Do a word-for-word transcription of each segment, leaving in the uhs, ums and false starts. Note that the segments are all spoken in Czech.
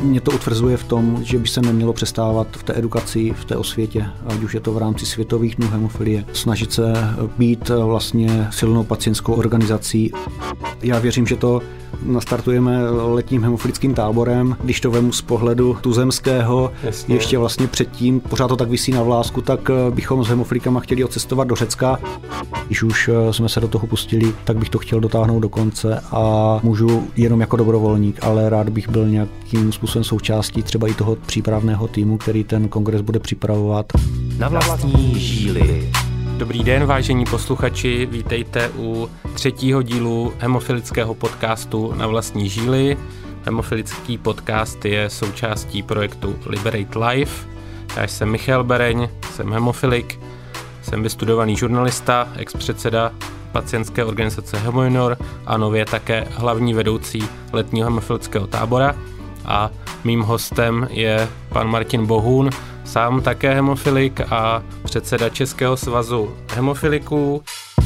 Mě to utvrzuje v tom, že by se nemělo přestávat v té edukaci, v té osvětě, ať už je to v rámci Světových dnů hemofilie, snažit se být vlastně silnou pacientskou organizací. Já věřím, že to nastartujeme letním hemofilickým táborem. Když to vemu z pohledu tuzemského, Jasně. ještě vlastně předtím, pořád to tak visí na vlásku, tak bychom s hemofilikama chtěli odcestovat do Řecka. Když už jsme se do toho pustili, tak bych to chtěl dotáhnout do konce a můžu jenom jako dobrovolník, ale rád bych byl nějakým způsobem součástí třeba i toho přípravného týmu, který ten kongres bude připravovat. Na vlastní žíly. Dobrý den, vážení posluchači, vítejte u třetího dílu hemofilického podcastu Na vlastní žíly. Hemofilický podcast je součástí projektu Liberate Life. Já jsem Michal Bereň, jsem hemofilik, jsem vystudovaný žurnalista, ex-předseda pacientské organizace HemoJunior a nově také hlavní vedoucí letního hemofilického tábora. A mým hostem je pan Martin Bohun, sám také hemofilik a předseda Českého svazu hemofiliků.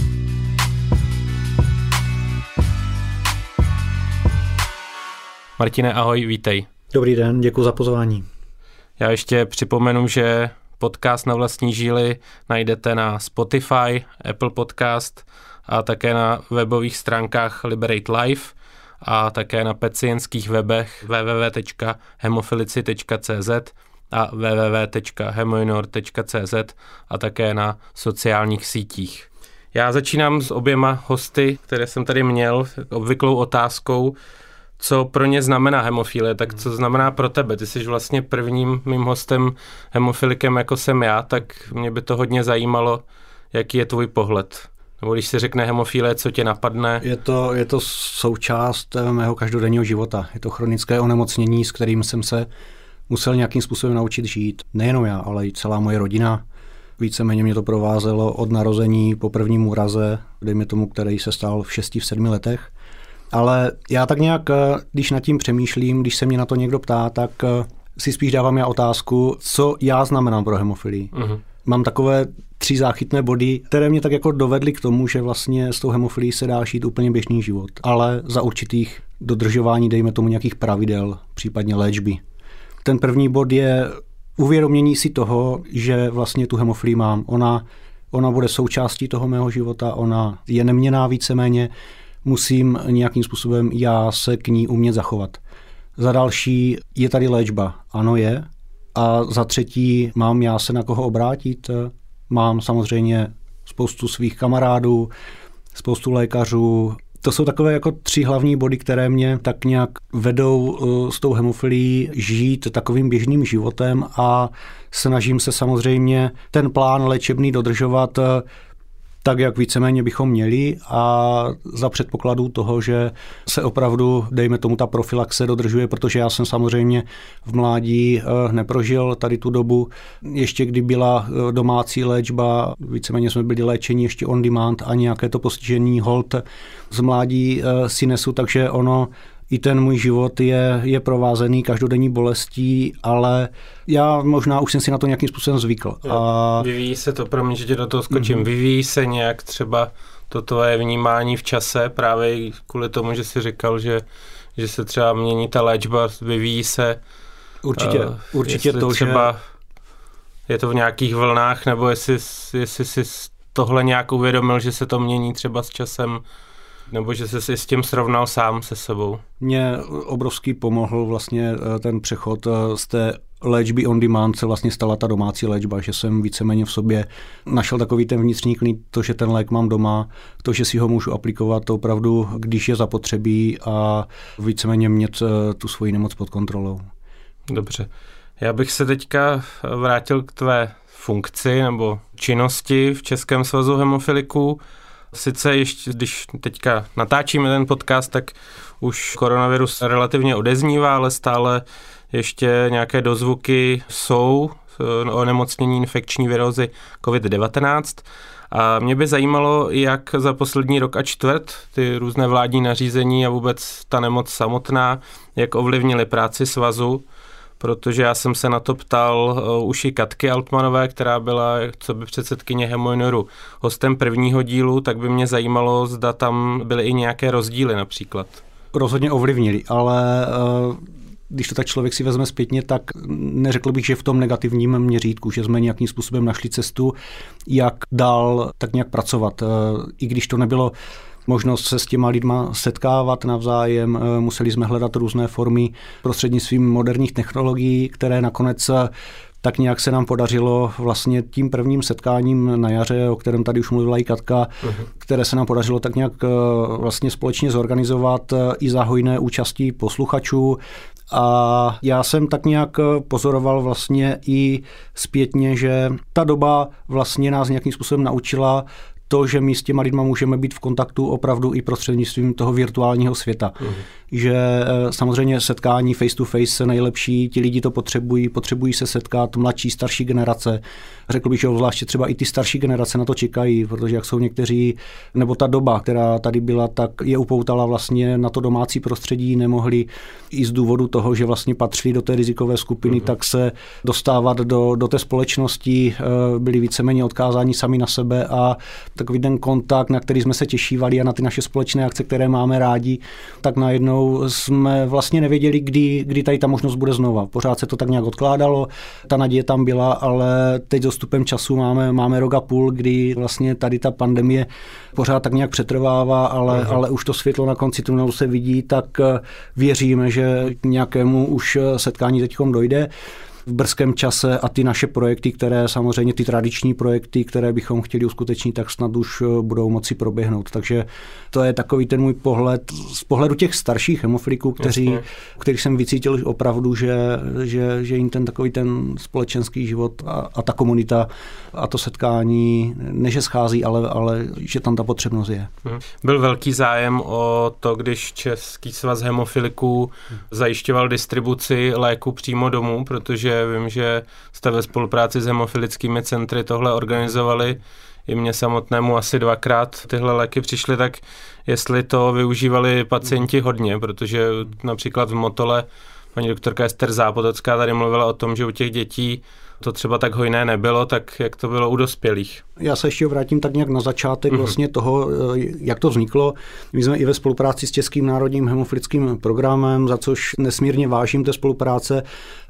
Martine, ahoj, vítej. Dobrý den, děkuji za pozvání. Já ještě připomenu, že podcast Na vlastní žíly najdete na Spotify, Apple Podcast a také na webových stránkách Liberate Life a také na pacientských webech w w w tečka hemofilici tečka c z a w w w tečka hemojunior tečka c z a také na sociálních sítích. Já začínám s oběma hosty, které jsem tady měl, obvyklou otázkou, co pro ně znamená hemofilie, tak co znamená pro tebe. Ty jsi vlastně prvním mým hostem hemofilikem, jako jsem já, tak mě by to hodně zajímalo, jaký je tvůj pohled. Nebo když se řekne hemofilie, co tě napadne? Je to, je to součást mého každodenního života. Je to chronické onemocnění, s kterým jsem se musel nějakým způsobem naučit žít. Nejenom já, ale i celá moje rodina. Víceméně mě to provázelo od narození po prvním úraze, dejme tomu, který se stal v šesti, v sedmi letech. Ale já tak nějak, když nad tím přemýšlím, když se mě na to někdo ptá, tak si spíš dávám já otázku, co já znamenám pro hemofilii. Uh-huh. Mám takové tři záchytné body, které mě tak jako dovedly k tomu, že vlastně s tou hemofilií se dá žít úplně běžný život, ale za určitých dodržování, dejme tomu, nějakých pravidel, případně léčby. Ten první bod je uvědomění si toho, že vlastně tu hemofilii mám. Ona, ona bude součástí toho mého života, ona je neměnná víceméně, musím nějakým způsobem já se k ní umět zachovat. Za další je tady léčba. Ano, je. A za třetí mám já se na koho obrátit. Mám samozřejmě spoustu svých kamarádů, spoustu lékařů. To jsou takové jako tři hlavní body, které mě tak nějak vedou s tou hemofilií žít takovým běžným životem a snažím se samozřejmě ten plán léčebný dodržovat tak, jak víceméně bychom měli a za předpokladu toho, že se opravdu, dejme tomu, ta profilaxe dodržuje, protože já jsem samozřejmě v mládí neprožil tady tu dobu. Ještě kdy byla domácí léčba, víceméně jsme byli léčeni ještě on demand a nějaké to postižení hold z mládí si nesu, takže ono i ten můj život je, je provázený každodenní bolestí, ale já možná už jsem si na to nějakým způsobem zvykl. A... Vyvíjí se to, pro mě, že tě do toho skočím, mm-hmm. vyvíjí se nějak třeba to tvoje vnímání v čase, právě kvůli tomu, že jsi říkal, že, že se třeba mění ta léčba, vyvíjí se. Určitě, uh, určitě to, třeba že... je to v nějakých vlnách, nebo jestli, jestli jsi tohle nějak uvědomil, že se to mění třeba s časem, nebo že jsi s tím srovnal sám se sebou? Mně obrovský pomohl vlastně ten přechod z té léčby on demand se vlastně stala ta domácí léčba, že jsem víceméně v sobě našel takový ten vnitřní klid, to, že ten lék mám doma, to, že si ho můžu aplikovat to opravdu, když je zapotřebí a víceméně mít tu svoji nemoc pod kontrolou. Dobře. Já bych se teďka vrátil k tvé funkci nebo činnosti v Českém svazu hemofiliků. Sice ještě, když teďka natáčíme ten podcast, tak už koronavirus relativně odeznívá, ale stále ještě nějaké dozvuky jsou o onemocnění infekční virózy covid devatenáct. A mě by zajímalo, jak za poslední rok a čtvrt ty různé vládní nařízení a vůbec ta nemoc samotná, jak ovlivnily práci svazu, protože já jsem se na to ptal už i Katky Altmanové, která byla co by předsedkyně HemoJunioru hostem prvního dílu, tak by mě zajímalo, zda tam byly i nějaké rozdíly například. Rozhodně ovlivnili, ale když to tak člověk si vezme zpětně, tak neřekl bych, že v tom negativním měřítku, že jsme nějakým způsobem našli cestu, jak dál tak nějak pracovat. I když to nebylo možnost se s těma lidma setkávat navzájem, museli jsme hledat různé formy prostřednictvím moderních technologií, které nakonec tak nějak se nám podařilo vlastně tím prvním setkáním na jaře, o kterém tady už mluvila i Katka, uh-huh. které se nám podařilo tak nějak vlastně společně zorganizovat i za hojné účastí posluchačů. A já jsem tak nějak pozoroval vlastně i zpětně, že ta doba vlastně nás nějakým způsobem naučila to, že my s těma lidma můžeme být v kontaktu opravdu i prostřednictvím toho virtuálního světa. Mm. Že samozřejmě setkání face to face se nejlepší, ti lidi to potřebují, potřebují se setkat, mladší, starší generace. Řekl bych, že zvláště třeba i ty starší generace na to čekají, protože jak jsou někteří, nebo ta doba, která tady byla, tak je upoutala vlastně na to domácí prostředí, nemohli i z důvodu toho, že vlastně patřili do té rizikové skupiny, mm. tak se dostávat do, do té společnosti, byli víceméně odkázáni sami na sebe a takový ten kontakt, na který jsme se těšívali a na ty naše společné akce, které máme rádi, tak najednou jsme vlastně nevěděli, kdy, kdy tady ta možnost bude znova. Pořád se to tak nějak odkládalo, ta naděje tam byla, ale teď s odstupem času máme, máme rok a půl, kdy vlastně tady ta pandemie pořád tak nějak přetrvává, ale, ale už to světlo na konci tunelu se vidí, tak věříme, že k nějakému už setkání teďkom dojde v brzkém čase a ty naše projekty, které samozřejmě ty tradiční projekty, které bychom chtěli uskutečnit, tak snad už budou moci proběhnout. Takže to je takový ten můj pohled z pohledu těch starších hemofiliků, kteří, kterých jsem vycítil opravdu, že, že, že jim ten takový ten společenský život a, a ta komunita a to setkání ne, že schází, ale, ale že tam ta potřebnost je. Byl velký zájem o to, když Český svaz hemofiliků zajišťoval distribuci léku přímo domů, protože vím, že jste ve spolupráci s hemofilickými centry tohle organizovali. I mně samotnému asi dvakrát tyhle léky přišly, tak jestli to využívali pacienti hodně, protože například v Motole paní doktorka Ester Zápotocká tady mluvila o tom, že u těch dětí to třeba tak hojné nebylo, tak jak to bylo u dospělých. Já se ještě vrátím tak nějak na začátek mm-hmm. vlastně toho, jak to vzniklo. My jsme i ve spolupráci s Českým národním hemofilickým programem, za což nesmírně vážím té spolupráce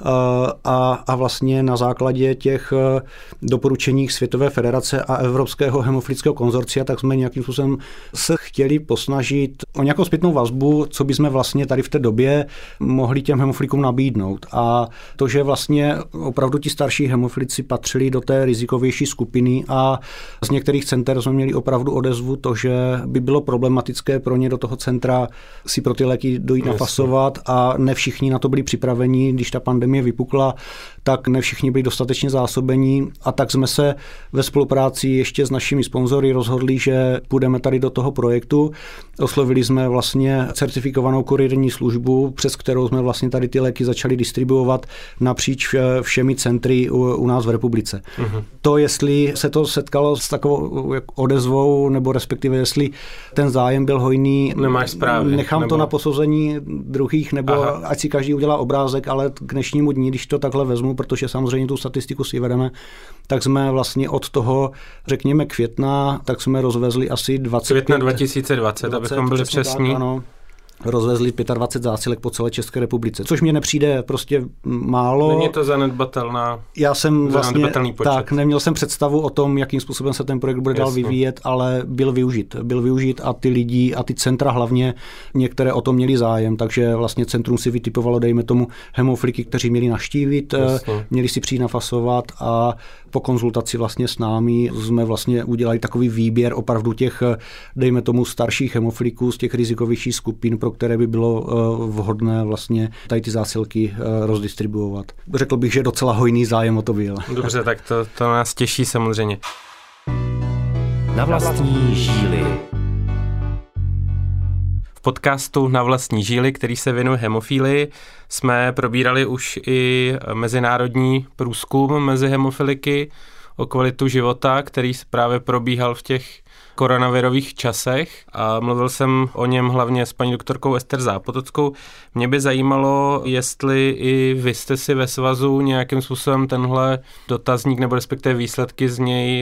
a, a vlastně na základě těch doporučení Světové federace a Evropského hemofilického konzorcia, tak jsme nějakým způsobem se chtěli posnažit o nějakou zpětnou vazbu, co bychom vlastně tady v té době mohli těm hemofilikům nabídnout. A to, že vlastně opravdu ti starší hemofilici patřili do té rizikovější skupiny a z některých center jsme měli opravdu odezvu to, že by bylo problematické pro ně do toho centra si pro ty léky dojít yes. nafasovat a ne všichni na to byli připraveni, když ta pandemie vypukla, tak ne všichni byli dostatečně zásobení a tak jsme se ve spolupráci ještě s našimi sponzory rozhodli, že půjdeme tady do toho projektu. Oslovili jsme vlastně certifikovanou kurierní službu, přes kterou jsme vlastně tady ty léky začali distribuovat napříč všemi centry u, u nás v republice. Uh-huh. To, jestli se to setkalo s takovou odezvou, nebo respektive jestli ten zájem byl hojný, nemáš správně, nechám nebo... to na posouzení druhých, nebo Aha. ať si každý udělá obrázek, ale k dnešnímu dní, když to takhle vezmu, protože samozřejmě tu statistiku si vedeme, tak jsme vlastně od toho, řekněme května, tak jsme rozvezli asi dvacet Května dva tisíce dvacet, abychom byli přesní. Rozvezli dvacet pět zásilek po celé České republice, což mě nepřijde prostě málo. Není to zanedbatelná, Já jsem vlastně počet. Tak, neměl jsem představu o tom, jakým způsobem se ten projekt bude Jasně. dál vyvíjet, ale byl využit. Byl využit a ty lidi a ty centra hlavně, některé o tom měli zájem, takže vlastně centrum si vytipovalo, dejme tomu, hemofiliky, kteří měli navštívit, Jasně. měli si přijít nafasovat a po konzultaci vlastně s námi jsme vlastně udělali takový výběr opravdu těch, dejme tomu, starších hemofiliků z těch rizikovějších skupin, pro které by bylo vhodné vlastně tady ty zásilky rozdistribuovat. Řekl bych, že docela hojný zájem o to byl. Dobře, tak to, to nás těší samozřejmě. Na vlastní žíly. V podcastu Na vlastní žíly, který se věnuje hemofílii, jsme probírali už i mezinárodní průzkum mezi hemofiliky o kvalitu života, který právě probíhal v těch koronavirových časech a mluvil jsem o něm hlavně s paní doktorkou Ester Zápotockou. Mě by zajímalo, jestli i vy jste si ve svazu nějakým způsobem tenhle dotazník nebo respektive výsledky z něj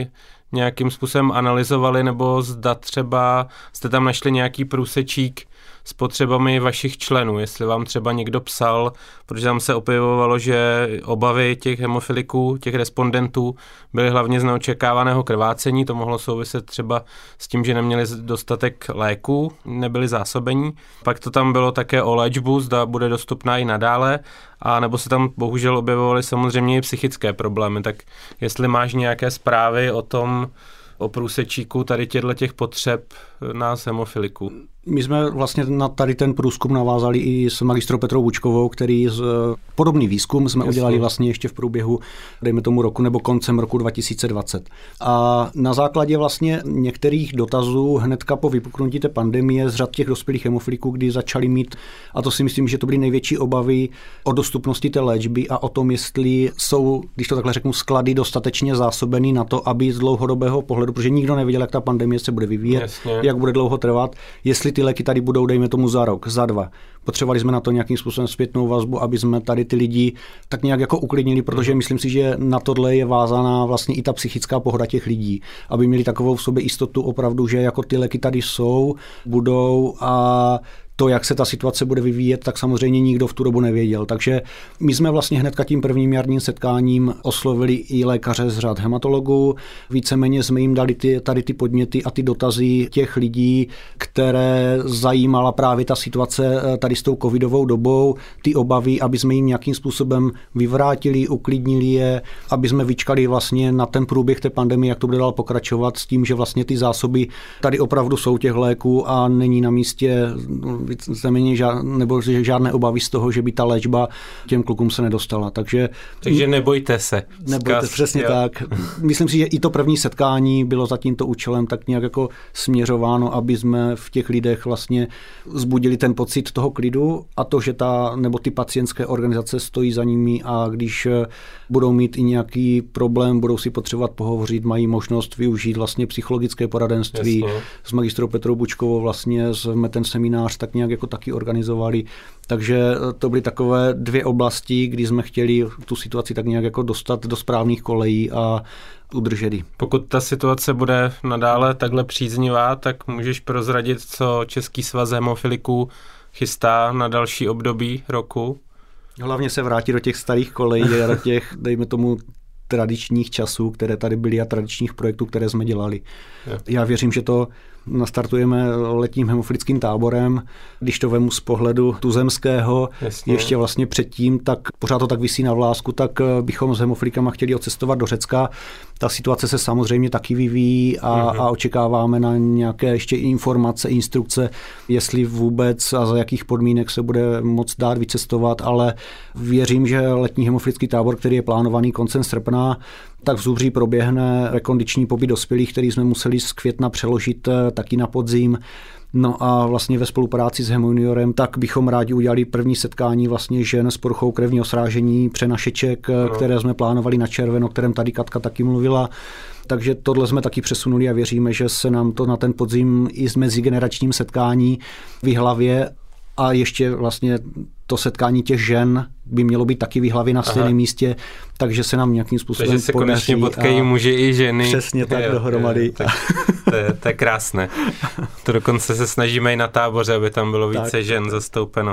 nějakým způsobem analyzovali, nebo zda třeba jste tam našli nějaký průsečík s potřebami vašich členů, jestli vám třeba někdo psal, protože tam se objevovalo, že obavy těch hemofiliků, těch respondentů byly hlavně z neočekávaného krvácení, to mohlo souviset třeba s tím, že neměli dostatek léků, nebyli zásobení. Pak to tam bylo také o léčbu, zda bude dostupná i nadále, a nebo se tam bohužel objevovaly samozřejmě i psychické problémy, tak jestli máš nějaké zprávy o tom, o průsečíku tady těchto těch potřeb nás hemofiliků. My jsme vlastně na tady ten průzkum navázali i s magistrou Petrou Bučkovou, který z, podobný výzkum jsme Jasně. udělali vlastně ještě v průběhu, dejme tomu roku nebo koncem roku dva tisíce dvacet. A na základě vlastně některých dotazů hnedka po vypuknutí té pandemie z řad těch dospělých hemofiliků, kdy začali mít, a to si myslím, že to byly největší obavy o dostupnosti té léčby a o tom, jestli jsou, když to takhle řeknu, sklady dostatečně zásobený na to, aby z dlouhodobého pohledu, protože nikdo nevěděl, jak ta pandemie se bude vyvíjet, Jasně. jak bude dlouho trvat, jestli ty léky tady budou, dejme tomu za rok, za dva. Potřebovali jsme na to nějakým způsobem zpětnou vazbu, aby jsme tady ty lidi tak nějak jako uklidnili, protože myslím si, že na tohle je vázaná vlastně i ta psychická pohoda těch lidí, aby měli takovou v sobě jistotu opravdu, že jako ty léky tady jsou, budou a to, jak se ta situace bude vyvíjet, tak samozřejmě nikdo v tu dobu nevěděl. Takže my jsme vlastně hnedka tím prvním jarním setkáním oslovili i lékaře z řad hematologů. Víceméně jsme jim dali ty, tady ty podněty a ty dotazy těch lidí, které zajímala právě ta situace tady s tou covidovou dobou, ty obavy, aby jsme jim nějakým způsobem vyvrátili, uklidnili je, aby jsme vyčkali vlastně na ten průběh té pandemie, jak to bude dál pokračovat s tím, že vlastně ty zásoby tady opravdu jsou těch léků a není na místě víceméně žád, nebo žádné obavy z toho, že by ta léčba těm klukům se nedostala. Takže, Takže nebojte se. Nebojte, Zkaz, přesně jo. tak. Myslím si, že i to první setkání bylo za tímto účelem tak nějak jako směřováno, aby jsme v těch lidech vlastně vzbudili ten pocit toho klidu a to, že ta, nebo ty pacientské organizace stojí za nimi a když budou mít i nějaký problém, budou si potřebovat pohovořit, mají možnost využít vlastně psychologické poradenství. Jasně. S magistrou Petrou Bučkovou vlastně jsme ten seminář tak nějak jako taky organizovali. Takže to byly takové dvě oblasti, kdy jsme chtěli tu situaci tak nějak jako dostat do správných kolejí a udržet ji. Pokud ta situace bude nadále takhle příznivá, tak můžeš prozradit, co Český svaz hemofiliků chystá na další období roku? Hlavně se vrátit do těch starých kolejí a do těch, dejme tomu, tradičních časů, které tady byly a tradičních projektů, které jsme dělali. Je. Já věřím, že to nastartujeme letním hemofilickým táborem. Když to vemu z pohledu tuzemského, Jasně. ještě vlastně předtím, tak pořád to tak visí na vlásku, tak bychom s hemofilikama chtěli odcestovat do Řecka. Ta situace se samozřejmě taky vyvíjí a, mm-hmm. a očekáváme na nějaké ještě informace, instrukce, jestli vůbec a za jakých podmínek se bude moct dát vycestovat, ale věřím, že letní hemofilický tábor, který je plánovaný koncem srpna, tak v Zubří proběhne rekondiční pobyt dospělých, který jsme museli z května přeložit taky na podzim. No a vlastně ve spolupráci s Hemojuniorem tak bychom rádi udělali první setkání vlastně žen s poruchou krevního srážení, přenašeček, no. které jsme plánovali na červen, o kterém tady Katka taky mluvila. Takže tohle jsme taky přesunuli a věříme, že se nám to na ten podzim i s mezigeneračním setkání v Jihlavě a ještě vlastně to setkání těch žen by mělo být taky v Jihlavě na stejném místě, takže se nám nějakým způsobem takže se konečně potkají muži i ženy. Přesně tak jo, dohromady. Jo, tak, to, je, to je krásné. To dokonce se snažíme i na táboře, aby tam bylo více tak. žen zastoupeno.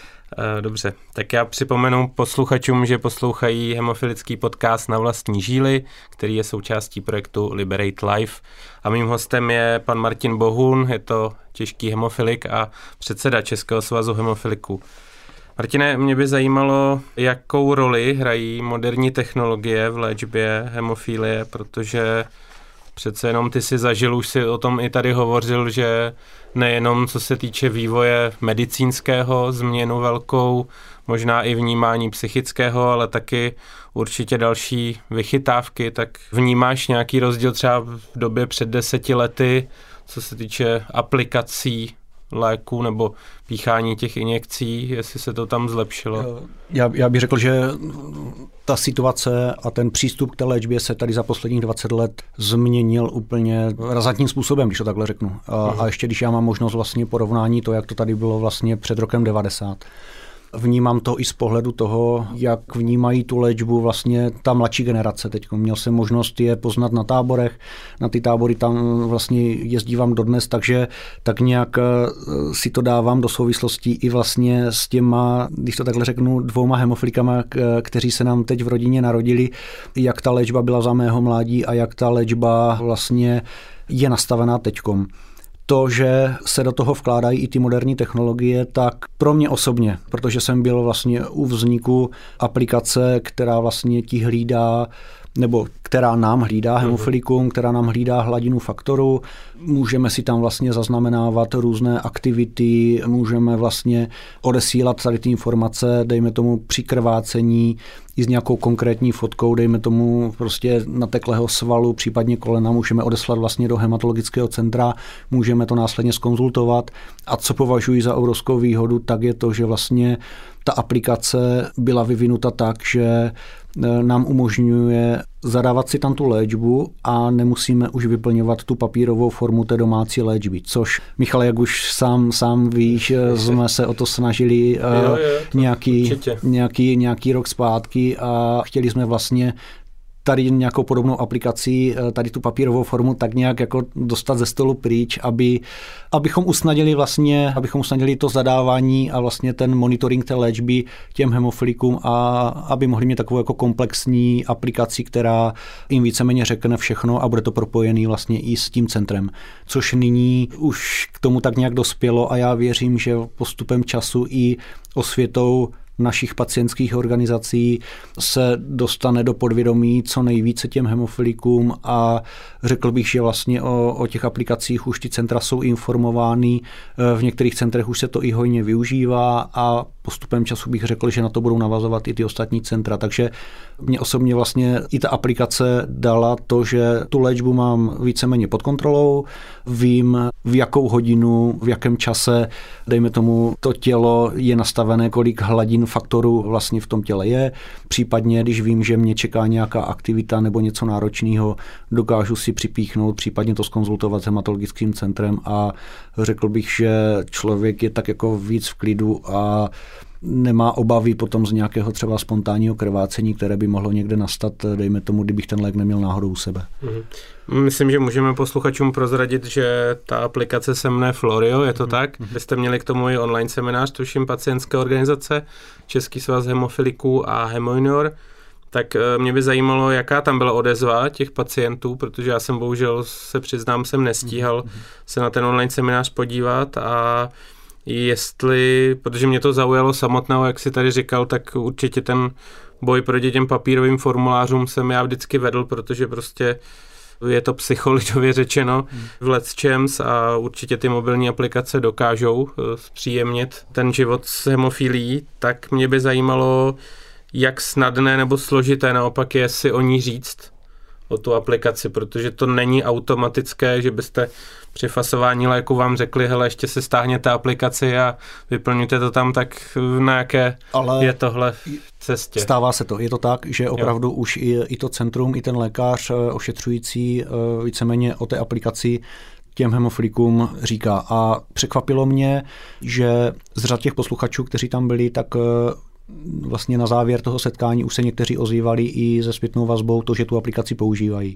Dobře, tak já připomenu posluchačům, že poslouchají hemofilický podcast Na vlastní žíly, který je součástí projektu Liberate Life. A mým hostem je pan Martin Bohun, je to těžký hemofilik a předseda Českého svazu hemofiliků. Martine, mě by zajímalo, jakou roli hrají moderní technologie v léčbě hemofilie, protože přece jenom ty si zažil, už si o tom i tady hovořil, že nejenom co se týče vývoje medicínského, změnu velkou, možná i vnímání psychického, ale taky určitě další vychytávky, tak vnímáš nějaký rozdíl třeba v době před deseti lety, co se týče aplikací léků nebo píchání těch injekcí, jestli se to tam zlepšilo? Já, já bych řekl, že ta situace a ten přístup k té léčbě se tady za posledních dvacet let změnil úplně razantním způsobem, když to takhle řeknu. A, uh-huh. a ještě když já mám možnost vlastně porovnání to, jak to tady bylo vlastně před rokem devadesát. Vnímám to i z pohledu toho, jak vnímají tu léčbu vlastně ta mladší generace. Teď měl jsem možnost je poznat na táborech, na ty tábory tam vlastně jezdívám dodnes, takže tak nějak si to dávám do souvislostí i vlastně s těma, když to takhle řeknu, dvouma hemofilikama, kteří se nám teď v rodině narodili, jak ta léčba byla za mého mládí a jak ta léčba vlastně je nastavená teďkom. To, že se do toho vkládají i ty moderní technologie, tak pro mě osobně, protože jsem byl vlastně u vzniku aplikace, která vlastně ti hlídá, nebo která nám hlídá hemofilikum, která nám hlídá hladinu faktoru. Můžeme si tam vlastně zaznamenávat různé aktivity, můžeme vlastně odesílat tady ty informace, dejme tomu při krvácení, i s nějakou konkrétní fotkou, dejme tomu prostě nateklého svalu, případně kolena, můžeme odeslat vlastně do hematologického centra, můžeme to následně zkonzultovat. A co považuji za obrovskou výhodu, tak je to, že vlastně ta aplikace byla vyvinuta tak, že nám umožňuje zadávat si tam tu léčbu a nemusíme už vyplňovat tu papírovou formu té domácí léčby, což, Michale, jak už sám, sám víš, jsme se o to snažili jo, jo, to nějaký, nějaký, nějaký rok zpátky a chtěli jsme vlastně tady nějakou podobnou aplikací, tady tu papírovou formu tak nějak jako dostat ze stolu pryč, aby, abychom usnadnili vlastně, abychom usnadnili to zadávání a vlastně ten monitoring té léčby těm hemofilikům a aby mohli mít takovou jako komplexní aplikaci, která jim víceméně řekne všechno a bude to propojený vlastně i s tím centrem, což nyní už k tomu tak nějak dospělo a já věřím, že postupem času i osvětou našich pacientských organizací se dostane do podvědomí co nejvíce těm hemofilikům a řekl bych, že vlastně o, o těch aplikacích už ty centra jsou informovány, v některých centrech už se to i hojně využívá a postupem času bych řekl, že na to budou navazovat i ty ostatní centra, takže mě osobně vlastně i ta aplikace dala to, že tu léčbu mám víceméně pod kontrolou, vím v jakou hodinu, v jakém čase, dejme tomu, to tělo je nastavené, kolik hladin faktoru vlastně v tom těle je, případně když vím, že mě čeká nějaká aktivita nebo něco náročného, dokážu si připíchnout, případně to zkonzultovat s hematologickým centrem a řekl bych, že člověk je tak jako víc v klidu a nemá obavy potom z nějakého třeba spontánního krvácení, které by mohlo někde nastat, dejme tomu, kdybych ten lék neměl náhodou u sebe. Myslím, že můžeme posluchačům prozradit, že ta aplikace se jmenuje Florio, je to mm. tak? Vy jste měli k tomu i online seminář, tuším, pacientské organizace, Český svaz hemofiliků a Hemojunior. Tak mě by zajímalo, jaká tam byla odezva těch pacientů, protože já jsem bohužel, se přiznám, jsem nestíhal mm. se na ten online seminář podívat a jestli, protože mě to zaujalo samotného, jak si tady říkal, tak určitě ten boj proti těm papírovým formulářům jsem já vždycky vedl, protože prostě je to psycholidově řečeno v lecčems a určitě ty mobilní aplikace dokážou zpříjemnit ten život s hemofilií, tak mě by zajímalo, jak snadné nebo složité naopak je si o ní říct, o tu aplikaci, protože to není automatické, že byste při fasování léku vám řekli, hele, ještě si stáhněte aplikaci a vyplňujte to tam, tak na jaké ale je tohle cestě? Stává se to. Je to tak, že opravdu jo. už i, i to centrum, i ten lékař ošetřující víceméně o té aplikaci těm hemofilikům říká. A překvapilo mě, že z řad těch posluchačů, kteří tam byli, tak vlastně na závěr toho setkání už se někteří ozývali i se zpětnou vazbou to, že tu aplikaci používají.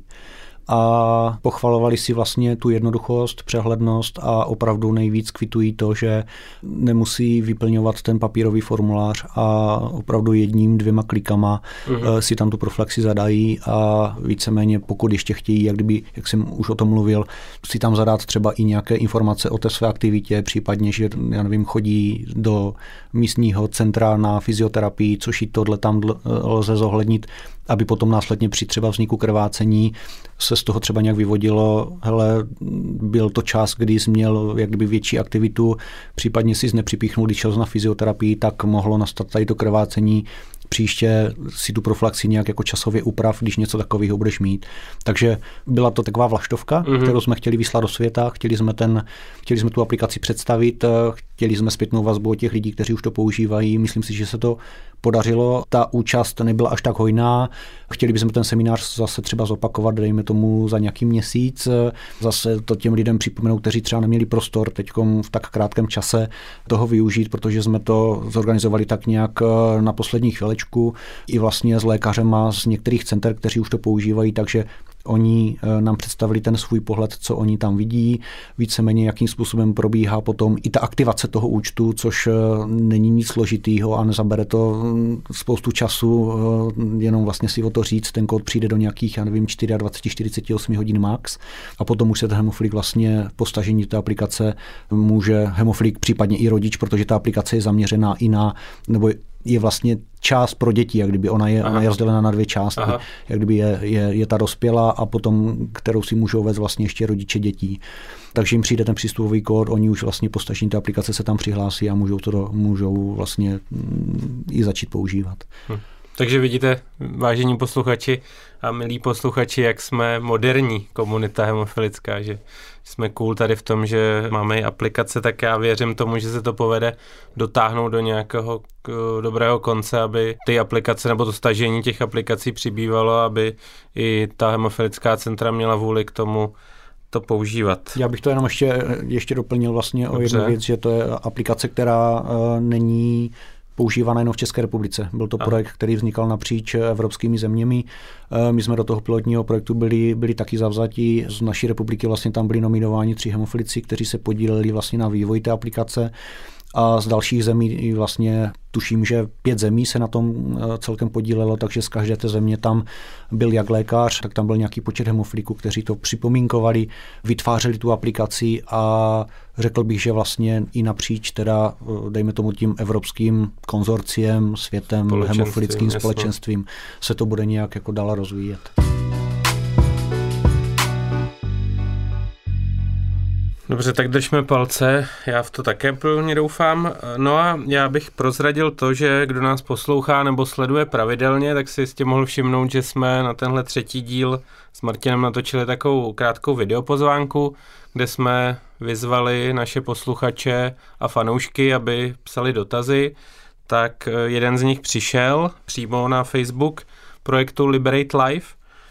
A pochvalovali si vlastně tu jednoduchost, přehlednost a opravdu nejvíc kvitují to, že nemusí vyplňovat ten papírový formulář a opravdu jedním, dvěma klikama mm-hmm. si tam tu profilaxi zadají a víceméně pokud ještě chtějí, jak kdyby, jak jsem už o tom mluvil, si tam zadat třeba i nějaké informace o té své aktivitě, případně, že já nevím, chodí do místního centra na fyzioterapii, což i tohle tam lze zohlednit, aby potom následně při třeba vzniku krvácení se z toho třeba nějak vyvodilo, hele, byl to čas, kdy jsi měl jak kdyby větší aktivitu, případně si nepřipíchnul, když šel na fyzioterapii, tak mohlo nastat tady to krvácení, příště si tu profilaxi nějak jako časově uprav, když něco takového budeš mít. Takže byla to taková vlaštovka, mm-hmm. kterou jsme chtěli vyslat do světa, chtěli jsme, ten, chtěli jsme tu aplikaci představit, chtěli jsme zpětnou vazbu od těch lidí, kteří už to používají. Myslím si, že se to podařilo. Ta účast nebyla až tak hojná. Chtěli bychom ten seminář zase třeba zopakovat, dejme tomu za nějaký měsíc. Zase to těm lidem připomenout, kteří třeba neměli prostor teďkom v tak krátkém čase toho využít, protože jsme to zorganizovali tak nějak na poslední chvilečku i vlastně s lékařema z některých center, kteří už to používají, takže oni nám představili ten svůj pohled, co oni tam vidí, víceméně jakým způsobem probíhá potom i ta aktivace toho účtu, což není nic složitýho a nezabere to spoustu času, jenom vlastně si o to říct, ten kód přijde do nějakých, já nevím, dvacet čtyři čtyřicet osm hodin max a potom už se ten hemofilik vlastně po stažení té aplikace může hemofilik, případně i rodič, protože ta aplikace je zaměřená i na, nebo je vlastně část pro děti, jak kdyby ona je, ona je rozdělena na dvě části, Aha. jak kdyby je, je, je ta dospělá a potom, kterou si můžou vést vlastně ještě rodiče dětí. Takže jim přijde ten přístupový kód, oni už vlastně po stažení té aplikace se tam přihlásí a můžou to můžou vlastně i začít používat. Hm. Takže vidíte, vážení posluchači a milí posluchači, jak jsme moderní komunita hemofilická, že jsme cool tady v tom, že máme i aplikace, tak já věřím tomu, že se to povede dotáhnout do nějakého dobrého konce, aby ty aplikace nebo to stažení těch aplikací přibývalo, aby i ta hemofilická centra měla vůli k tomu to používat. Já bych to jenom ještě, ještě doplnil vlastně Dobře. o jednu věc, že to je aplikace, která uh, není používaná jenom v České republice. Byl to Aha. projekt, který vznikal napříč evropskými zeměmi. My jsme do toho pilotního projektu byli, byli taky zavzati. Z naší republiky vlastně tam byli nominováni tři hemofilici, kteří se podíleli vlastně na vývoji té aplikace. A z dalších zemí vlastně tuším, že pět zemí se na tom celkem podílelo, takže z každé té země tam byl jak lékař, tak tam byl nějaký počet hemofiliků, kteří to připomínkovali, vytvářeli tu aplikaci a řekl bych, že vlastně i napříč teda, dejme tomu tím evropským konzorciem, světem, hemofilickým jasný. společenstvím se to bude nějak jako dál rozvíjet. Dobře, tak držme palce, já v to také plně doufám. No a já bych prozradil to, že kdo nás poslouchá nebo sleduje pravidelně, tak si jistě mohl všimnout, že jsme na tenhle třetí díl s Martinem natočili takovou krátkou videopozvánku, kde jsme vyzvali naše posluchače a fanoušky, aby psali dotazy. Tak jeden z nich přišel přímo na Facebook projektu Liberate Life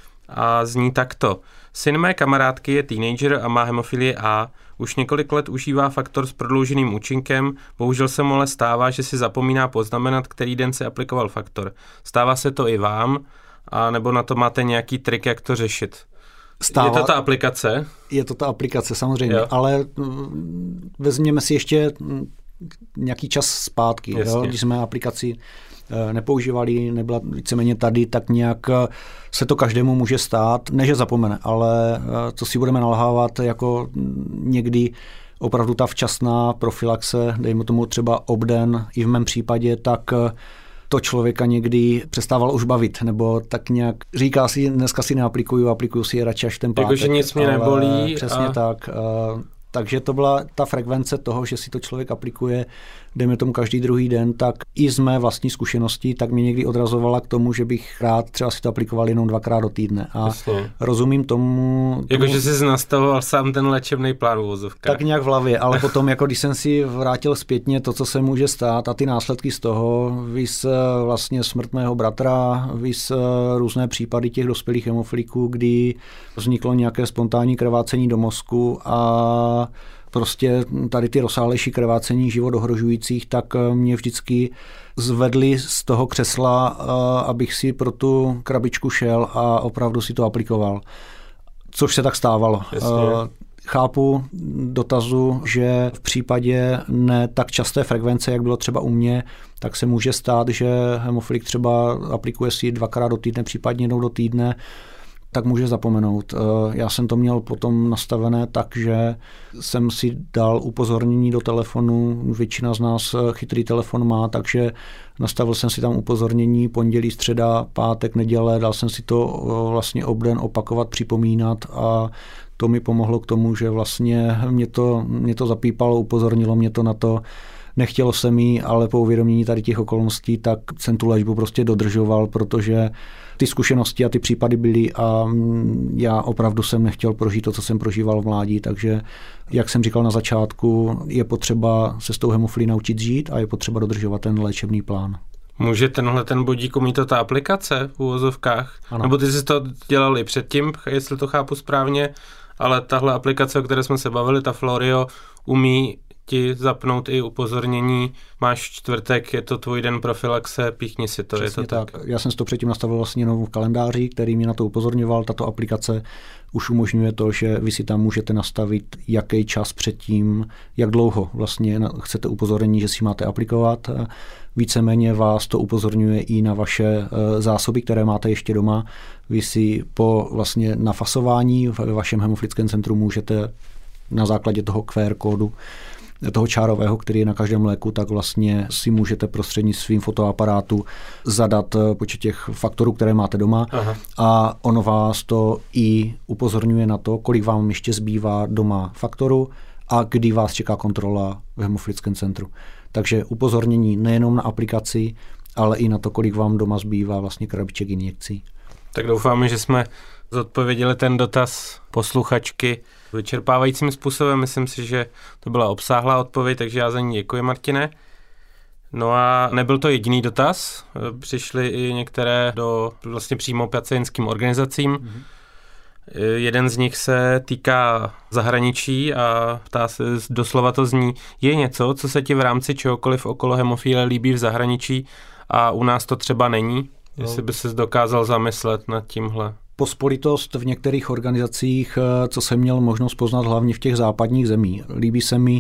a zní takto. Syn mé kamarádky je teenager a má hemofilie A. Už několik let užívá faktor s prodlouženým účinkem, bohužel se mu ale stává, že si zapomíná poznamenat, který den se aplikoval faktor. Stává se to i vám, a nebo na to máte nějaký trik, jak to řešit? Stává, je to ta aplikace? Je to ta aplikace, samozřejmě, jo. Ale vezměme si ještě nějaký čas zpátky. Jo? Když jsme aplikaci nepoužívali, nebyla víceméně tady, tak nějak se to každému může stát, ne že zapomene, ale co si budeme nalhávat, jako někdy opravdu ta včasná profilaxe, dejme tomu třeba obden, i v mém případě, tak to člověka někdy přestávalo už bavit, nebo tak nějak říká si, dneska si neaplikuju, aplikuju si je radši až v ten pátek. Jakože nic mě nebolí. Přesně a... tak. Takže to byla ta frekvence toho, že si to člověk aplikuje, dejme tomu každý druhý den, tak i z mé vlastní zkušenosti, tak mě někdy odrazovala k tomu, že bych rád třeba si to aplikoval jenom dvakrát do týdne. A Jasně. rozumím tomu... Jakože jsi nastavoval sám ten léčebný plán uvozovka. Tak nějak v hlavě, ale potom, jako když jsem si vrátil zpětně to, co se může stát a ty následky z toho, vys vlastně smrt mého bratra, vys různé případy těch dospělých hemofiliků, kdy vzniklo nějaké spontánní krvácení do mozku a prostě tady ty rozsáhlejší krvácení život ohrožujících, tak mě vždycky zvedli z toho křesla, abych si pro tu krabičku šel a opravdu si to aplikoval. Což se tak stávalo. Jasně. Chápu dotazu, že v případě ne tak časté frekvence, jak bylo třeba u mě, tak se může stát, že hemofilik třeba aplikuje si dvakrát do týdne, případně jednou do týdne, tak může zapomenout. Já jsem to měl potom nastavené tak, že jsem si dal upozornění do telefonu, většina z nás chytrý telefon má, takže nastavil jsem si tam upozornění pondělí, středa, pátek, neděle, dal jsem si to vlastně obden opakovat, připomínat a to mi pomohlo k tomu, že vlastně mě to, mě to zapípalo, upozornilo mě to na to, Nechtělo se mi, ale po uvědomění tady těch okolností, tak jsem tu léčbu prostě dodržoval, protože ty zkušenosti a ty případy byly a já opravdu jsem nechtěl prožít to, co jsem prožíval v mládí, takže jak jsem říkal na začátku, je potřeba se s tou hemofilí naučit žít a je potřeba dodržovat ten léčebný plán. Může tenhle ten bodík umít to ta aplikace v úvozovkách? Ano. Nebo ty jsi to dělal i předtím, jestli to chápu správně, ale tahle aplikace, o které jsme se bavili, ta Florio, umí ti zapnout i upozornění, máš čtvrtek, je to tvůj den profilaxe, píchni si to. Přesně je to tak. tak. Já jsem si to předtím nastavil vlastně jenom v kalendáři, který mě na to upozorňoval. Tato aplikace už umožňuje to, že vy si tam můžete nastavit, jaký čas předtím, jak dlouho vlastně chcete upozornění, že si máte aplikovat. Víceméně vás to upozorňuje i na vaše zásoby, které máte ještě doma. Vy si po vlastně nafasování ve vašem hemofilickém centru můžete na základě toho Q R kódu, toho čárového, který je na každém léku, tak vlastně si můžete prostřednictvím fotoaparátu zadat počet těch faktorů, které máte doma. Aha. A ono vás to i upozorňuje na to, kolik vám ještě zbývá doma faktoru a kdy vás čeká kontrola v hemofilickém centru. Takže upozornění nejenom na aplikaci, ale i na to, kolik vám doma zbývá vlastně krabiček injekcí. Tak doufáme, že jsme zodpověděli ten dotaz posluchačky vyčerpávajícím způsobem. Myslím si, že to byla obsáhlá odpověď, takže já za ní děkuji, Martine. No a nebyl to jediný dotaz. Přišly i některé do vlastně přímo pacientským organizacím. Mm-hmm. Jeden z nich se týká zahraničí a ptá se, doslova to zní, je něco, co se ti v rámci čehokoliv okolo hemofilie líbí v zahraničí a u nás to třeba není? No. Jestli by ses dokázal zamyslet nad tímhle. Pospolitost v některých organizacích, co jsem měl možnost poznat hlavně v těch západních zemích. Líbí se mi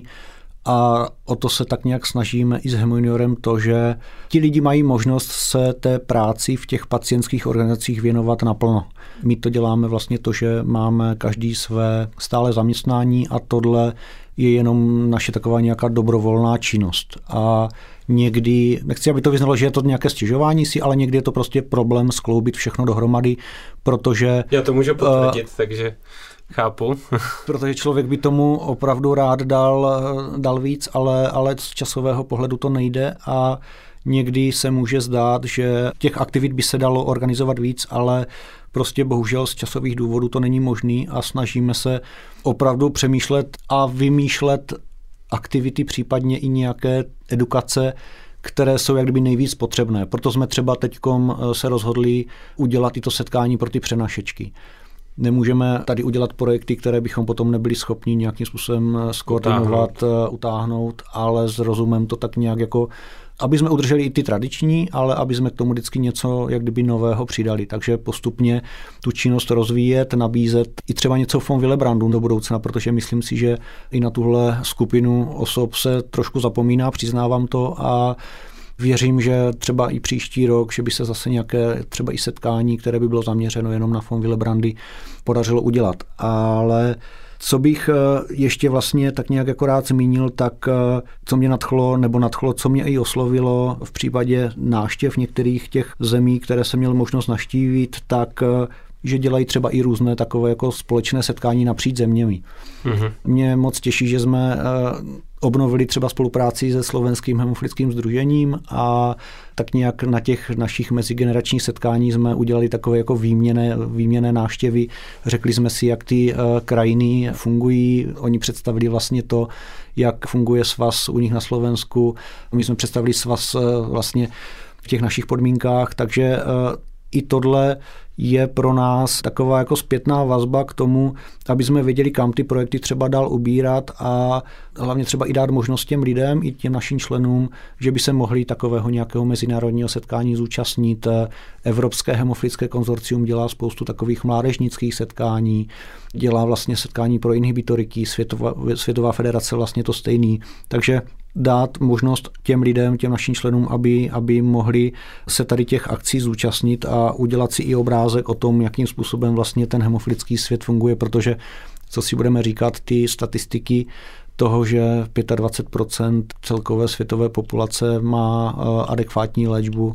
a o to se tak nějak snažíme i s Hemojuniorem to, že ti lidi mají možnost se té práci v těch pacientských organizacích věnovat naplno. My to děláme vlastně to, že máme každý své stále zaměstnání a tohle je jenom naše taková nějaká dobrovolná činnost. A někdy, nechci, aby to vyznalo, že je to nějaké stěžování si, ale někdy je to prostě problém skloubit všechno dohromady, protože... Já to můžu potvrdit, uh, takže chápu. Protože člověk by tomu opravdu rád dal, dal víc, ale, ale z časového pohledu to nejde a někdy se může zdát, že těch aktivit by se dalo organizovat víc, ale prostě bohužel z časových důvodů to není možný a snažíme se opravdu přemýšlet a vymýšlet aktivity, případně i nějaké edukace, které jsou jak kdyby nejvíc potřebné. Proto jsme třeba teďkom se rozhodli udělat i to setkání pro ty přenašečky. Nemůžeme tady udělat projekty, které bychom potom nebyli schopni nějakým způsobem skoordinovat, utáhnout, utáhnout ale s rozumem to tak nějak jako, aby jsme udrželi i ty tradiční, ale aby jsme k tomu vždycky něco jak kdyby nového přidali. Takže postupně tu činnost rozvíjet, nabízet i třeba něco v Willebrandu do budoucna, protože myslím si, že i na tuhle skupinu osob se trošku zapomíná, přiznávám to a věřím, že třeba i příští rok, že by se zase nějaké třeba i setkání, které by bylo zaměřeno jenom na von Willebrandy, podařilo udělat. Ale co bych ještě vlastně tak nějak jako rád zmínil, tak co mě nadchlo, nebo nadchlo, co mě i oslovilo v případě návštěv některých těch zemí, které jsem měl možnost navštívit, tak že dělají třeba i různé takové jako společné setkání napříč zeměmi. Mm-hmm. Mě moc těší, že jsme obnovili třeba spolupráci se slovenským hemofilickým sdružením a tak nějak na těch našich mezigeneračních setkání jsme udělali takové jako výměné, výměné návštěvy. Řekli jsme si, jak ty krajiny fungují. Oni představili vlastně to, jak funguje svaz u nich na Slovensku. My jsme představili svaz vlastně v těch našich podmínkách, takže i tohle je pro nás taková jako zpětná vazba k tomu, aby jsme věděli, kam ty projekty třeba dál ubírat a hlavně třeba i dát možnost těm lidem, i těm našim členům, že by se mohli takového nějakého mezinárodního setkání zúčastnit. Evropské hemofilické konzorcium dělá spoustu takových mládežnických setkání, dělá vlastně setkání pro inhibitoriky, Světová, Světová federace vlastně to stejný. Takže dát možnost těm lidem, těm našim členům, aby, aby mohli se tady těch akcí zúčastnit a udělat si i obrázek o tom, jakým způsobem vlastně ten hemofilický svět funguje, protože co si budeme říkat, ty statistiky toho, že dvacet pět procent celkové světové populace má adekvátní léčbu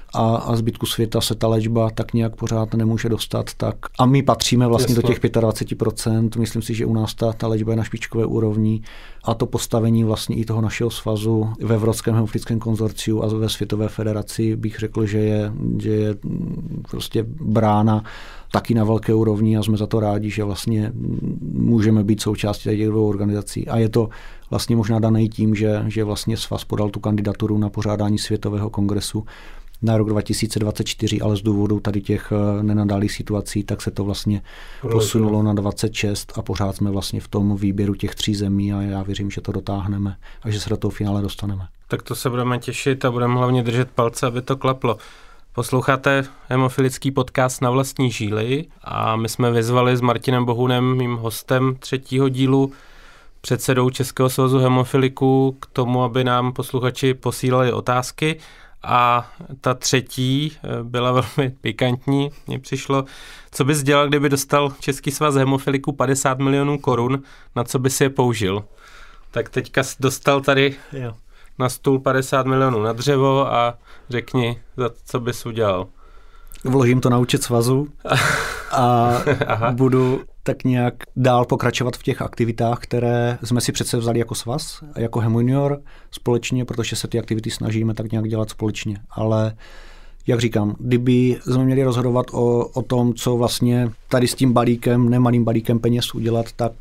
a, a zbytku světa se ta léčba tak nějak pořád nemůže dostat. Tak. A my patříme vlastně Jasně. do těch dvacet pět procent. Myslím si, že u nás ta, ta léčba je na špičkové úrovni a to postavení vlastně i toho našeho svazu ve Evropském hemofilickém konzorciu a ve Světové federaci bych řekl, že je, že je prostě brána taky na velké úrovni a jsme za to rádi, že vlastně můžeme být součástí těch dvou organizací. A je to vlastně možná dané tím, že, že vlastně svaz podal tu kandidaturu na pořádání Světového kongresu na rok dva tisíce dvacet čtyři, ale z důvodu tady těch nenadálých situací, tak se to vlastně posunulo na dvacet šest a pořád jsme vlastně v tom výběru těch tří zemí a já věřím, že to dotáhneme a že se do toho finále dostaneme. Tak to se budeme těšit a budeme hlavně držet palce, aby to klaplo. Posloucháte hemofilický podcast Na vlastní žíly a my jsme vyzvali s Martinem Bohunem, mým hostem třetího dílu, předsedou Českého svazu hemofiliků, k tomu, aby nám posluchači posílali otázky. A ta třetí byla velmi pikantní, mně přišlo. Co bys dělal, kdyby dostal Český svaz hemofiliků padesát milionů korun, na co by si je použil? Tak teďka dostal tady jo. na stůl padesát milionů na dřevo a řekni, za co bys udělal. Vložím to na účet svazu a budu tak nějak dál pokračovat v těch aktivitách, které jsme si přece vzali jako svaz a jako Hemojunior společně, protože se ty aktivity snažíme tak nějak dělat společně. Ale jak říkám, kdyby jsme měli rozhodovat o, o tom, co vlastně tady s tím balíkem, nemalým balíkem peněz udělat, tak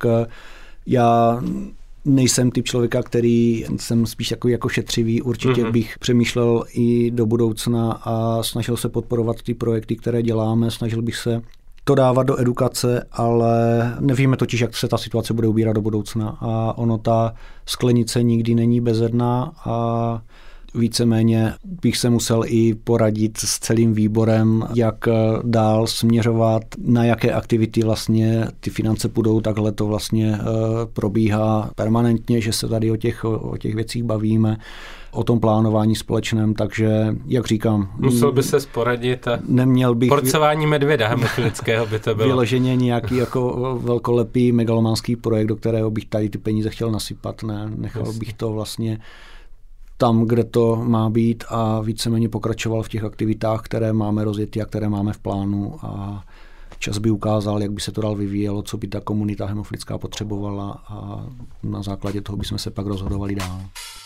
já nejsem typ člověka, který jsem spíš jako, jako šetřivý. Určitě mm-hmm. bych přemýšlel i do budoucna a snažil se podporovat ty projekty, které děláme, snažil bych se to dávat do edukace, ale nevíme totiž, jak se ta situace bude ubírat do budoucna. A ono, ta sklenice nikdy není bezedná a víceméně bych se musel i poradit s celým výborem, jak dál směřovat, na jaké aktivity vlastně ty finance půjdou. Takhle to vlastně probíhá permanentně, že se tady o těch, o těch věcích bavíme, o tom plánování společném, takže, jak říkám... Musel by se sporadit a neměl bych porcování medvěda hemofilického by to bylo. Vyloženě nějaký jako velkolepý megalománský projekt, do kterého bych tady ty peníze chtěl nasypat, ne, nechal Jasně. bych to vlastně tam, kde to má být a víceméně pokračoval v těch aktivitách, které máme rozjetý a které máme v plánu a čas by ukázal, jak by se to dál vyvíjelo, co by ta komunita hemofilická potřebovala a na základě toho bychom se pak rozhodovali dál.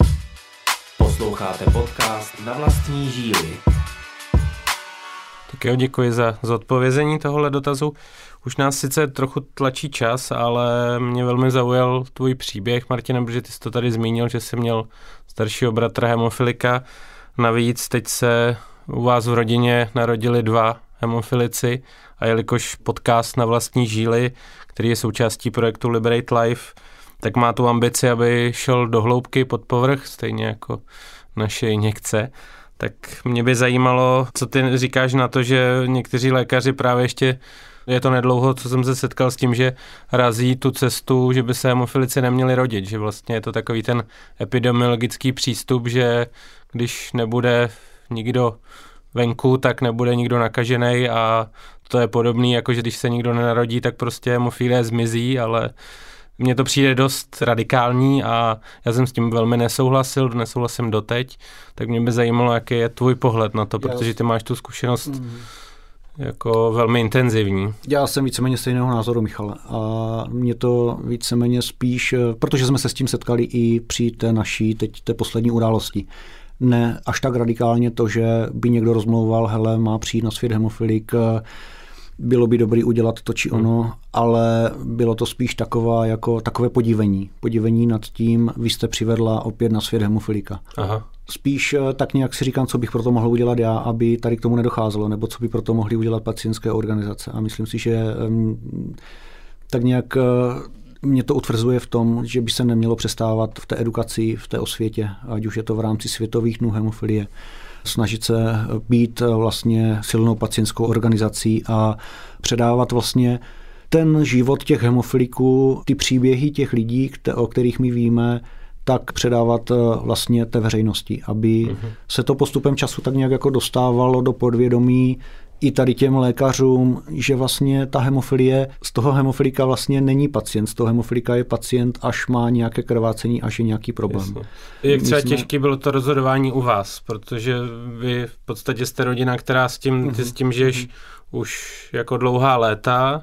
Posloucháte podcast Na vlastní žíly. Tak jo, děkuji za zodpovězení tohohle dotazu. Už nás sice trochu tlačí čas, ale mě velmi zaujal tvůj příběh, Martine, protože ty jsi to tady zmínil, že jsi měl staršího bratra hemofilika. Navíc teď se u vás v rodině narodili dva hemofilici a jelikož podcast Na vlastní žíly, který je součástí projektu Liberate Life, tak má tu ambici, aby šel do hloubky pod povrch, stejně jako naše injekce. Tak mě by zajímalo, co ty říkáš na to, že někteří lékaři právě ještě, je to nedlouho, co jsem se setkal s tím, že razí tu cestu, že by se hemofilici neměli rodit, že vlastně je to takový ten epidemiologický přístup, že když nebude nikdo venku, tak nebude nikdo nakažený a to je podobný, jako že když se nikdo nenarodí, tak prostě hemofilie zmizí, ale mně to přijde dost radikální a já jsem s tím velmi nesouhlasil, nesouhlasím doteď, tak mě by zajímalo, jaký je tvůj pohled na to, protože ty máš tu zkušenost mm. jako velmi intenzivní. Já jsem víceméně stejného názoru, Michale, a mě to víceméně spíš, protože jsme se s tím setkali i při té naší, teď té poslední události. Ne až tak radikálně to, že by někdo rozmlouval, hele, má přijít na svět hemofilik, bylo by dobrý udělat to či ono, hmm. ale bylo to spíš taková, jako, takové podívení. Podívení nad tím, vy jste přivedla opět na svět hemofilika. Aha. Spíš tak nějak si říkám, co bych pro to mohl udělat já, aby tady k tomu nedocházelo, nebo co by pro to mohly udělat pacientské organizace. A myslím si, že um, tak nějak mě to utvrzuje v tom, že by se nemělo přestávat v té edukaci, v té osvětě, ať už je to v rámci Světových dnů hemofilie, snažit se být vlastně silnou pacientskou organizací a předávat vlastně ten život těch hemofiliků, ty příběhy těch lidí, o kterých my víme, tak předávat vlastně té veřejnosti, aby mm-hmm. se to postupem času tak nějak jako dostávalo do podvědomí i tady těm lékařům, že vlastně ta hemofilie, z toho hemofilika vlastně není pacient, z toho hemofilika je pacient, až má nějaké krvácení, až je nějaký problém. Jasně. Jak třeba jsme... těžké bylo to rozhodování u vás, protože vy v podstatě jste rodina, která s tím, ty s tím žiješ už jako dlouhá léta,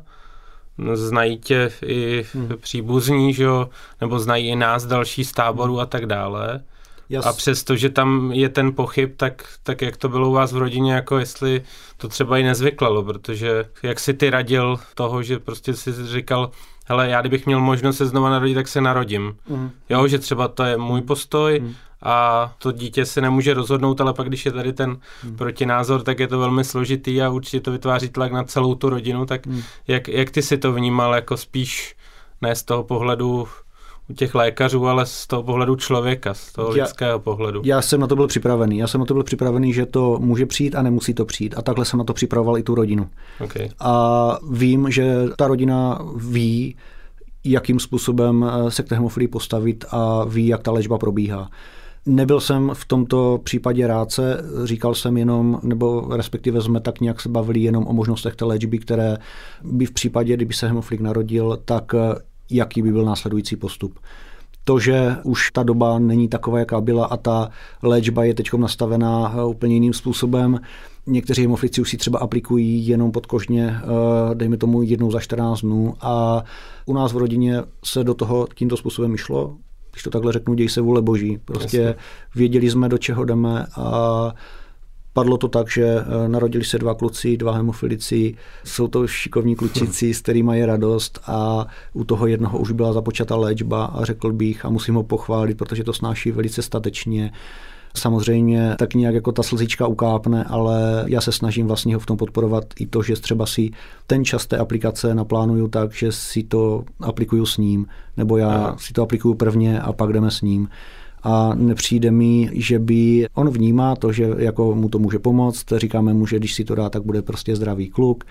znají tě i příbuzní, že jo, nebo znají i nás další z táboru a tak dále. Jas. A přesto, že tam je ten pochyb, tak, tak jak to bylo u vás v rodině, jako jestli to třeba i nezvyklalo, protože jak jsi ty radil toho, že prostě jsi říkal, hele, já kdybych měl možnost se znova narodit, tak se narodím. Mm. Jo, že třeba to je můj postoj mm. a to dítě se nemůže rozhodnout, ale pak když je tady ten mm. protinázor, tak je to velmi složitý a určitě to vytváří tlak na celou tu rodinu, tak mm. jak, jak ty si to vnímal, jako spíš ne z toho pohledu u těch lékařů, ale z toho pohledu člověka, z toho já, lidského pohledu. Já jsem na to byl připravený. Já jsem na to byl připravený, že to může přijít a nemusí to přijít. A takhle jsem na to připravoval i tu rodinu. Okay. A vím, že ta rodina ví, jakým způsobem se k té hemofilii postavit a ví, jak ta léčba probíhá. Nebyl jsem v tomto případě rádce, říkal jsem jenom, nebo respektive jsme tak nějak se bavili jenom o možnostech té léčby, které by v případě, kdyby se hemofilik narodil, tak jaký by byl následující postup. To, že už ta doba není taková, jaká byla a ta léčba je teď nastavená úplně jiným způsobem. Někteří hemofilici už si třeba aplikují jenom podkožně, dejme tomu jednou za čtrnáct dnů a u nás v rodině se do toho tímto způsobem šlo. Když to takhle řeknu, děj se vůle boží. Prostě Jasně. Věděli jsme, do čeho jdeme a padlo to tak, že narodili se dva kluci, dva hemofilici, jsou to šikovní klučici, s kterými je radost a u toho jednoho už byla započata léčba a řekl bych a musím ho pochválit, protože to snáší velice statečně. Samozřejmě tak nějak jako ta slzička ukápne, ale já se snažím vlastně ho v tom podporovat i to, že třeba si ten čas té aplikace naplánuju tak, že si to aplikuju s ním, nebo já Aha. si to aplikuju prvně a pak jdeme s ním. A nepřijde mi, že by on vnímá to, že jako mu to může pomoct, říkáme mu, že když si to dá, tak bude prostě zdravý kluk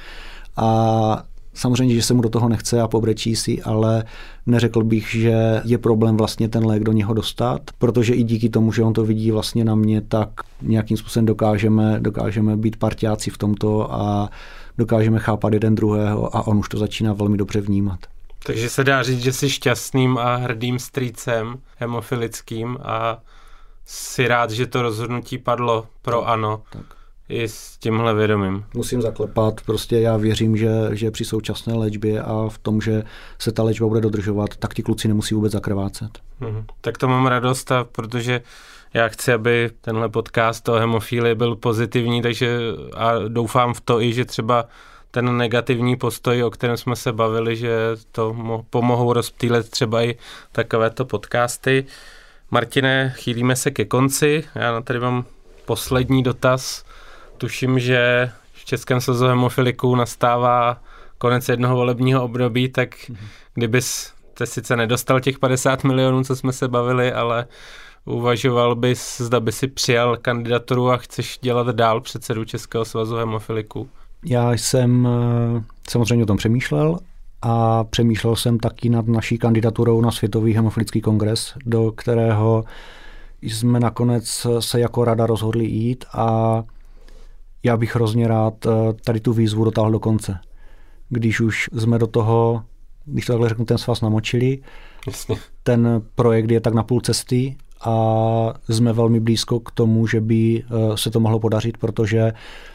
a samozřejmě, že se mu do toho nechce a pobrečí si, ale neřekl bych, že je problém vlastně ten lék do něho dostat, protože i díky tomu, že on to vidí vlastně na mě, tak nějakým způsobem dokážeme, dokážeme být parťáci v tomto a dokážeme chápat jeden druhého a on už to začíná velmi dobře vnímat. Takže se dá říct, že jsi šťastným a hrdým strýcem hemofilickým a jsi rád, že to rozhodnutí padlo pro tak, ano. Tak. I s tímhle vědomím. Musím zaklepat, prostě já věřím, že, že při současné léčbě a v tom, že se ta léčba bude dodržovat, tak ti kluci nemusí vůbec zakrvácet. Mhm. Tak to mám radost, a protože já chci, aby tenhle podcast o hemofílii byl pozitivní, takže a doufám v to i, že třeba ten negativní postoj, o kterém jsme se bavili, že to mo- pomohou rozptýlet třeba i takovéto podcasty. Martine, chýlíme se ke konci. Já tady mám poslední dotaz. Tuším, že v Českém svazu hemofiliků nastává konec jednoho volebního období, tak kdybys te sice nedostal těch padesát milionů, co jsme se bavili, ale uvažoval bys, zda by si přijal kandidaturu a chceš dělat dál předsedu Českého svazu hemofiliků? Já jsem samozřejmě o tom přemýšlel a přemýšlel jsem taky nad naší kandidaturou na Světový hemofilický kongres, do kterého jsme nakonec se jako rada rozhodli jít a já bych hrozně rád tady tu výzvu dotáhl do konce. Když už jsme do toho, když to takhle řeknu, ten svaz namočili, Jasně. ten projekt je tak na půl cesty a jsme velmi blízko k tomu, že by se to mohlo podařit, protože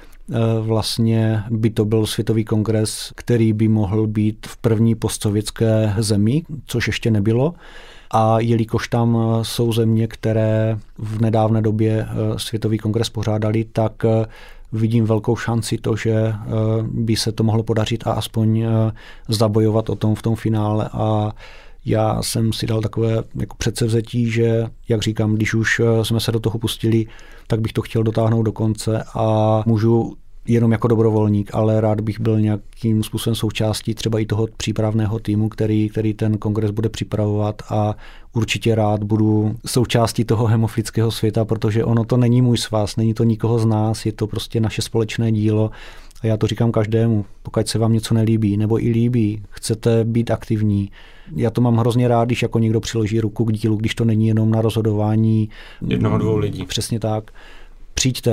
vlastně by to byl světový kongres, který by mohl být v první postsovětské zemi, což ještě nebylo. A jelikož tam jsou země, které v nedávné době světový kongres pořádali, tak vidím velkou šanci to, že by se to mohlo podařit a aspoň zabojovat o tom v tom finále. A já jsem si dal takové jako předsevzetí, že, jak říkám, když už jsme se do toho pustili, tak bych to chtěl dotáhnout do konce a můžu jenom jako dobrovolník, ale rád bych byl nějakým způsobem součástí třeba i toho přípravného týmu, který, který ten kongres bude připravovat a určitě rád budu součástí toho hemofilického světa, protože ono to není můj svaz, není to nikoho z nás, je to prostě naše společné dílo a já to říkám každému, pokud se vám něco nelíbí nebo i líbí, chcete být aktivní. Já to mám hrozně rád, když jako někdo přiloží ruku k dílu, když to není jenom na rozhodování jednoho, dvou lidí. Přesně tak. Přijďte,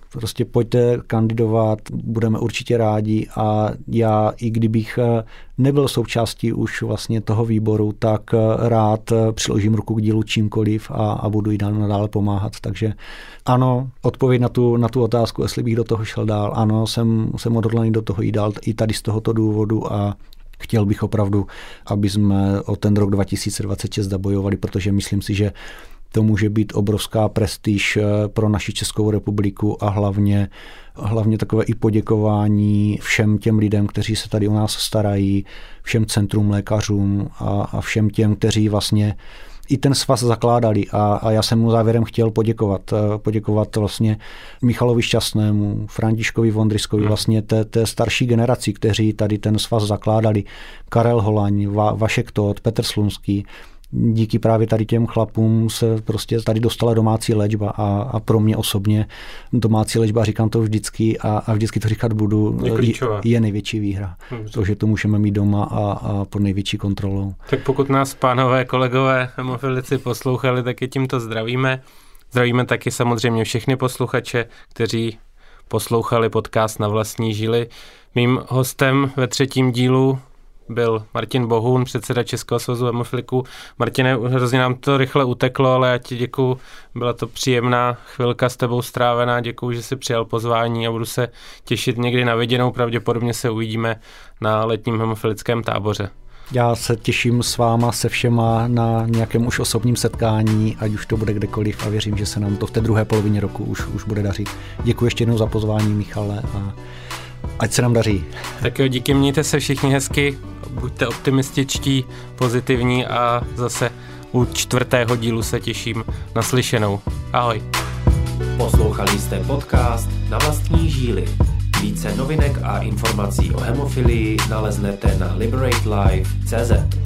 Prostě pojďte kandidovat, budeme určitě rádi a já, i kdybych nebyl součástí už vlastně toho výboru, tak rád přiložím ruku k dílu čímkoliv a, a budu jí dál nadále pomáhat. Takže ano, odpověď na tu, na tu otázku, jestli bych do toho šel dál, ano, jsem, jsem odhodlaný do toho jít dál i tady z tohoto důvodu a chtěl bych opravdu, aby jsme o ten rok dva tisíce dvacet šest zabojovali, protože myslím si, že to může být obrovská prestiž pro naši Českou republiku a hlavně, hlavně takové i poděkování všem těm lidem, kteří se tady o nás starají, všem centrum lékařům a, a všem těm, kteří vlastně i ten svaz zakládali a, a já jsem mu závěrem chtěl poděkovat. Poděkovat vlastně Michalovi Šťastnému, Františkovi Vondryskovi, vlastně té, té starší generaci, kteří tady ten svaz zakládali. Karel Holaň, Va, Vašek Tóth, Petr Slunský. Díky právě tady těm chlapům se prostě tady dostala domácí léčba a, a pro mě osobně domácí léčba, říkám to vždycky a, a vždycky to říkat budu, je, je největší výhra. Dobře. To, že to můžeme mít doma a, a pod největší kontrolou. Tak pokud nás pánové kolegové hemofilici poslouchali, tak je tímto zdravíme. Zdravíme taky samozřejmě všechny posluchače, kteří poslouchali podcast Na vlastní žíly. Mým hostem ve třetím dílu byl Martin Bohun, předseda Českého svazu hemofiliků. Martine, hrozně nám to rychle uteklo, ale já ti děkuju. Byla to příjemná chvilka s tebou strávená. Děkuju, že jsi přijal pozvání a budu se těšit někdy na viděnou. Pravděpodobně se uvidíme na letním hemofilickém táboře. Já se těším s váma, se všema na nějakém už osobním setkání, ať už to bude kdekoliv a věřím, že se nám to v té druhé polovině roku už, už bude dařit. Děkuji ještě jednou za pozvání, Michale, a ať se nám daří. Tak jo, díky, mějte se všichni hezky, buďte optimističtí, pozitivní a zase u čtvrtého dílu se těším na slyšenou. Ahoj. Poslouchali jste podcast Na vlastní žíly. Více novinek a informací o hemofilii naleznete na liberate life tečka cé zet.